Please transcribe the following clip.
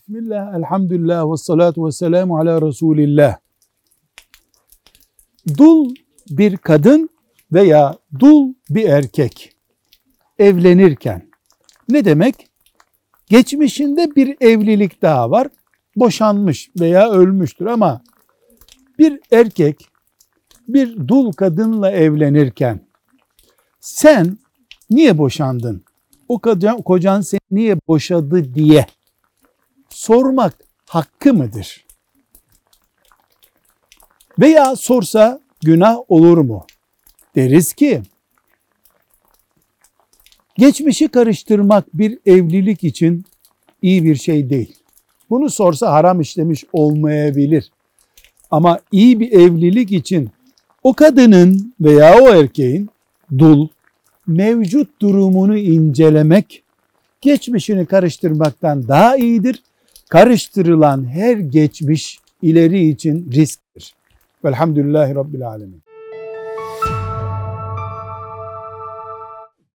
Bismillah, elhamdülillah, ve salatu ve selamu ala Resulillah. Dul bir kadın veya dul bir erkek evlenirken ne demek? Geçmişinde bir evlilik daha var, boşanmış veya ölmüştür ama bir erkek bir dul kadınla evlenirken sen niye boşandın? O kocan seni niye boşadı diye sormak hakkı mıdır? Veya sorsa günah olur mu? Deriz ki geçmişi karıştırmak bir evlilik için iyi bir şey değil. Bunu sorsa haram işlemiş olmayabilir. Ama iyi bir evlilik için o kadının veya o erkeğin dul mevcut durumunu incelemek geçmişini karıştırmaktan daha iyidir. Karıştırılan her geçmiş ileri için risktir. Velhamdülillahi Rabbil Alemin.